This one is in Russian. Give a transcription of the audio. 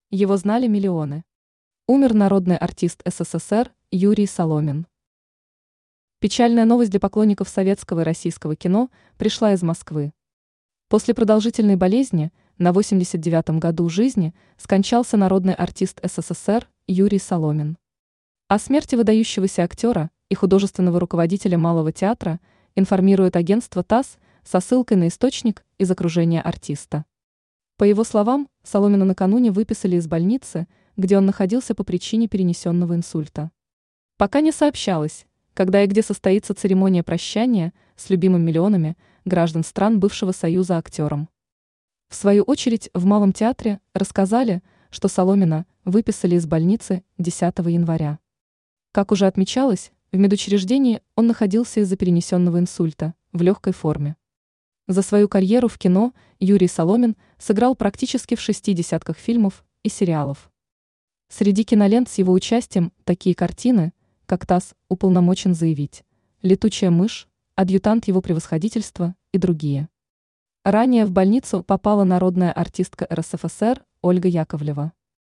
Его знали миллионы. Умер народный артист СССР Юрий Соломин. Печальная новость для поклонников советского и российского кино пришла из Москвы. После продолжительной болезни на 89-м году жизни скончался народный артист СССР Юрий Соломин. О смерти выдающегося актера и художественного руководителя Малого театра информирует агентство ТАСС со ссылкой на источник из окружения артиста. По его словам, Соломина накануне выписали из больницы, где он находился по причине перенесенного инсульта. Пока не сообщалось, когда и где состоится церемония прощания с любимым миллионами граждан стран бывшего Союза актером. В свою очередь в Малом театре рассказали, что Соломина выписали из больницы 10 января. Как уже отмечалось, в медучреждении он находился из-за перенесенного инсульта в легкой форме. За свою карьеру в кино Юрий Соломин сыграл практически в 6 десятках фильмов и сериалов. Среди кинолент с его участием такие картины, как ТАСС уполномочен заявить, «Летучая мышь», «Адъютант его превосходительства» и другие. Ранее в больницу попала народная артистка РСФСР Ольга Яковлева.